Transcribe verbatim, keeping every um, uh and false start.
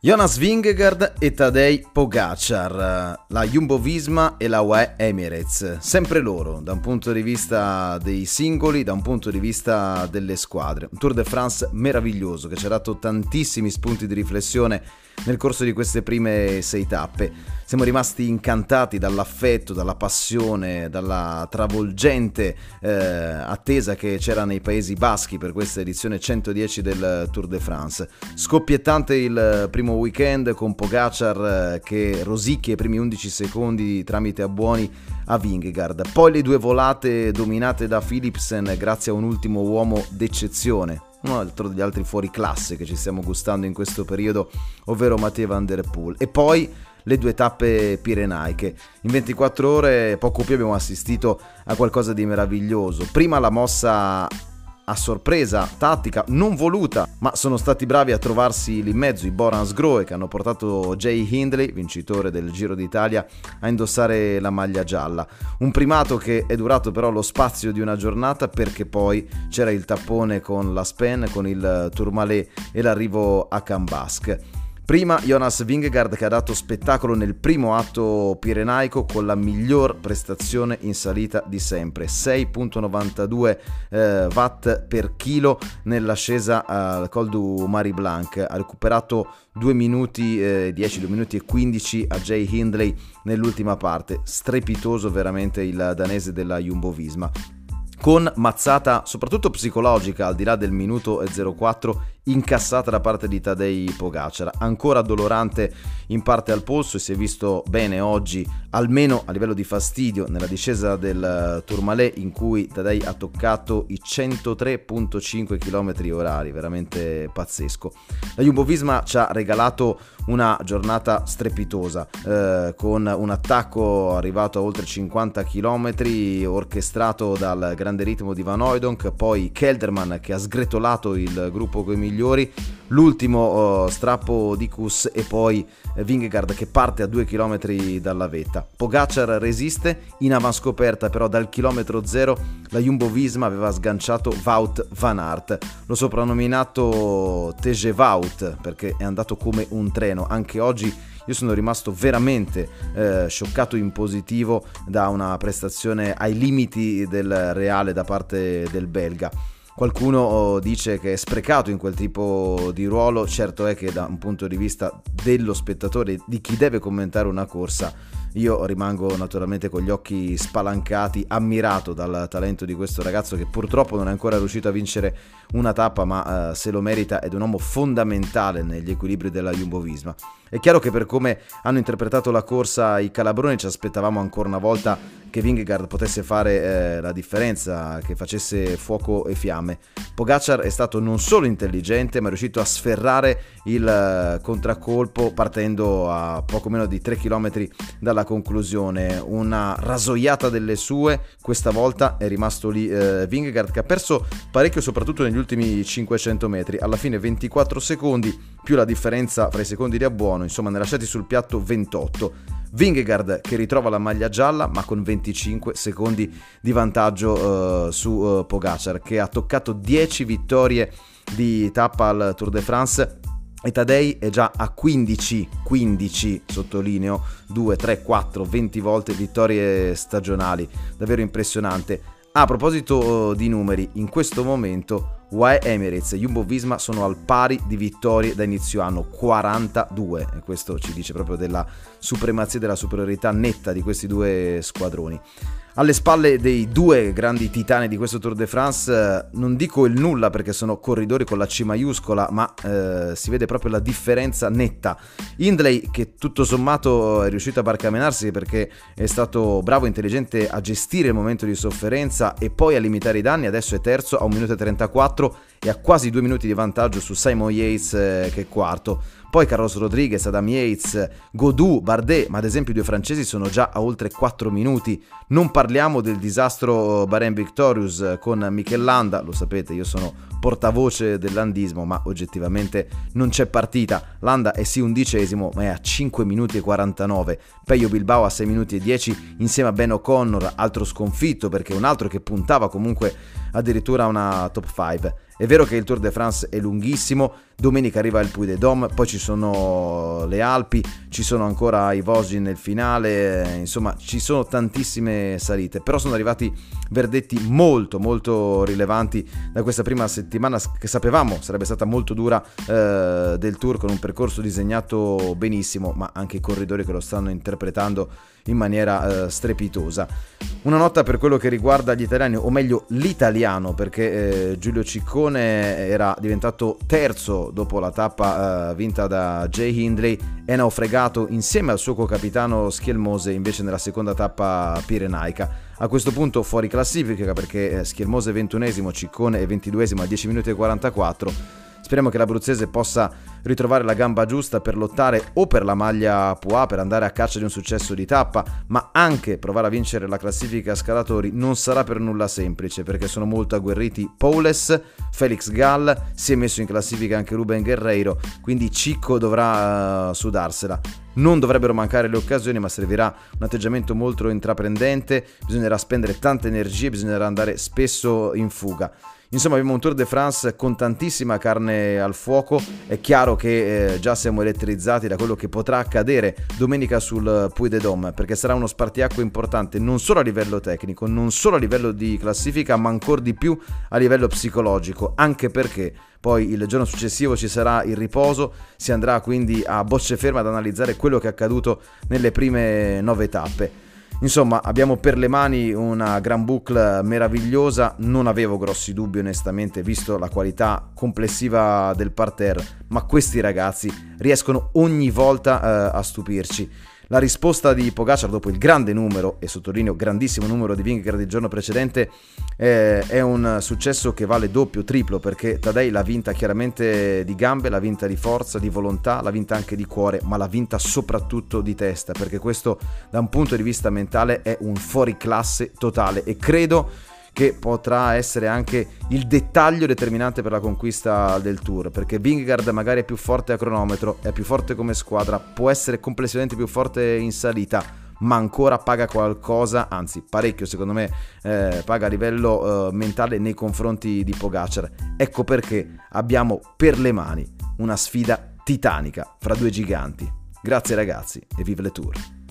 Jonas Vingegaard e Tadej Pogačar, la Jumbo-Visma e la U A E Emirates, sempre loro, da un punto di vista dei singoli, da un punto di vista delle squadre. Un Tour de France meraviglioso che ci ha dato tantissimi spunti di riflessione nel corso di queste prime sei tappe. Siamo rimasti incantati dall'affetto, dalla passione, dalla travolgente eh, attesa che c'era nei Paesi Baschi per questa edizione centodieci del Tour de France. Scoppiettante il primo weekend con Pogačar eh, che rosicchia i primi undici secondi tramite abbuoni a Vingegaard. Poi le due volate dominate da Philipsen grazie a un ultimo uomo d'eccezione, un altro degli altri fuori classe che ci stiamo gustando in questo periodo, ovvero Mathieu van der Poel. E poi le due tappe pirenaiche. In ventiquattro ore, poco più, abbiamo assistito a qualcosa di meraviglioso. Prima la mossa a sorpresa, tattica, non voluta, ma sono stati bravi a trovarsi lì in mezzo i Bora-Hansgrohe, che hanno portato Jay Hindley, vincitore del Giro d'Italia, a indossare la maglia gialla. Un primato che è durato però lo spazio di una giornata, perché poi c'era il tappone con la Spen, con il Tourmalet e l'arrivo a Cambask. Prima Jonas Vingegaard, che ha dato spettacolo nel primo atto pirenaico con la miglior prestazione in salita di sempre, sei virgola novantadue eh, watt per chilo nell'ascesa al Col du Mari Blanc. Ha recuperato due minuti eh, dieci, due minuti e quindici a Jay Hindley nell'ultima parte. Strepitoso veramente il danese della Jumbo-Visma, con mazzata soprattutto psicologica al di là del minuto e zero quattro incassata da parte di Tadej Pogačar, ancora dolorante in parte al polso, e si è visto bene oggi, almeno a livello di fastidio, nella discesa del Tourmalet, in cui Tadej ha toccato i centotré virgola cinque chilometri orari, veramente pazzesco. La Jumbo-Visma ci ha regalato una giornata strepitosa, eh, con un attacco arrivato a oltre cinquanta chilometri, orchestrato dal grande ritmo di Van Hooijdonk, poi Kelderman che ha sgretolato il gruppo coi migliori, l'ultimo uh, strappo di Kuss, e poi uh, Vingegaard che parte a due chilometri dalla vetta. Pogačar resiste, in avanscoperta però dal chilometro zero la Jumbo-Visma aveva sganciato Wout van Aert, lo soprannominato T G Wout perché è andato come un treno. Anche oggi io sono rimasto veramente eh, scioccato in positivo da una prestazione ai limiti del reale da parte del belga. Qualcuno dice che è sprecato in quel tipo di ruolo, certo è che da un punto di vista dello spettatore, di chi deve commentare una corsa, io rimango naturalmente con gli occhi spalancati, ammirato dal talento di questo ragazzo che purtroppo non è ancora riuscito a vincere una tappa, ma eh, se lo merita, ed è un uomo fondamentale negli equilibri della Jumbo-Visma. È chiaro che per come hanno interpretato la corsa i calabroni ci aspettavamo ancora una volta che Vingegaard potesse fare eh, la differenza, che facesse fuoco e fiamme. Pogačar è stato non solo intelligente, ma è riuscito a sferrare il eh, contraccolpo partendo a poco meno di tre chilometri dalla conclusione. Una rasoiata delle sue, questa volta è rimasto lì eh, Vingegaard, che ha perso parecchio soprattutto negli ultimi cinquecento metri. Alla fine ventiquattro secondi più la differenza fra i secondi di abbuono, insomma ne ha lasciati sul piatto ventotto. Vingegaard che ritrova la maglia gialla, ma con venticinque secondi di vantaggio uh, su uh, Pogačar, che ha toccato dieci vittorie di tappa al Tour de France, e Tadej è già a quindici, quindici sottolineo, due, tre, quattro, venti volte vittorie stagionali, davvero impressionante. Ah, a proposito di numeri, in questo momento U A E Emirates e Jumbo-Visma sono al pari di vittorie da inizio anno, quarantadue, e questo ci dice proprio della supremazia, della superiorità netta di questi due squadroni. Alle spalle dei due grandi titani di questo Tour de France, non dico il nulla perché sono corridori con la C maiuscola, ma eh, si vede proprio la differenza netta. Hindley, che tutto sommato è riuscito a barcamenarsi perché è stato bravo e intelligente a gestire il momento di sofferenza e poi a limitare i danni, adesso è terzo a un minuto e trentaquattro e a quasi due minuti di vantaggio su Simon Yates eh, che è quarto. Poi Carlos Rodriguez, Adam Yates, Gaudu, Bardet, ma ad esempio i due francesi sono già a oltre quattro minuti. Non parliamo del disastro Bahrain Victorious con Mikel Landa, lo sapete, io sono portavoce del landismo, ma oggettivamente non c'è partita. Landa è sì undicesimo, ma è a cinque minuti e quarantanove. Pello Bilbao a sei minuti e dieci insieme a Ben O'Connor, altro sconfitto perché un altro che puntava comunque addirittura a una top cinque. È vero che il Tour de France è lunghissimo, domenica arriva il Puy de Dôme, poi ci sono le Alpi, ci sono ancora i Vosgi nel finale, insomma ci sono tantissime salite, però sono arrivati verdetti molto molto rilevanti da questa prima settimana che sapevamo sarebbe stata molto dura eh, del Tour, con un percorso disegnato benissimo, ma anche i corridori che lo stanno interpretando in maniera eh, strepitosa. Una nota per quello che riguarda gli italiani, o meglio l'italiano, perché eh, Giulio Ciccone era diventato terzo dopo la tappa eh, vinta da Jay Hindley, è naufragato insieme al suo co-capitano Schielmose invece nella seconda tappa pirenaica. A questo punto fuori classifica, perché eh, Schielmose è ventunesimo, Ciccone è ventiduesimo a dieci minuti e quarantaquattro. Speriamo che l'abruzzese possa ritrovare la gamba giusta per lottare o per la maglia Pua, per andare a caccia di un successo di tappa, ma anche provare a vincere la classifica scalatori non sarà per nulla semplice, perché sono molto agguerriti Powless, Felix Gall, si è messo in classifica anche Ruben Guerreiro, quindi Cicco dovrà uh, sudarsela. Non dovrebbero mancare le occasioni, ma servirà un atteggiamento molto intraprendente, bisognerà spendere tante energie, bisognerà andare spesso in fuga. Insomma, abbiamo un Tour de France con tantissima carne al fuoco. È chiaro che eh, già siamo elettrizzati da quello che potrà accadere domenica sul Puy de Dôme, perché sarà uno spartiacque importante non solo a livello tecnico, non solo a livello di classifica, ma ancora di più a livello psicologico, anche perché poi il giorno successivo ci sarà il riposo, si andrà quindi a bocce ferme ad analizzare quello che è accaduto nelle prime nove tappe. Insomma, abbiamo per le mani una Grand Boucle meravigliosa, non avevo grossi dubbi onestamente visto la qualità complessiva del parterre, ma questi ragazzi riescono ogni volta eh, a stupirci. La risposta di Pogacar dopo il grande numero, e sottolineo grandissimo numero di Vingegaard il giorno precedente, eh, è un successo che vale doppio, triplo, perché Tadej l'ha vinta chiaramente di gambe, l'ha vinta di forza, di volontà, l'ha vinta anche di cuore, ma l'ha vinta soprattutto di testa, perché questo da un punto di vista mentale è un fuoriclasse totale e credo che potrà essere anche il dettaglio determinante per la conquista del Tour, perché Vingegaard magari è più forte a cronometro, è più forte come squadra, può essere complessivamente più forte in salita, ma ancora paga qualcosa, anzi parecchio secondo me, eh, paga a livello eh, mentale nei confronti di Pogacar. Ecco perché abbiamo per le mani una sfida titanica fra due giganti. Grazie ragazzi e vive le Tour!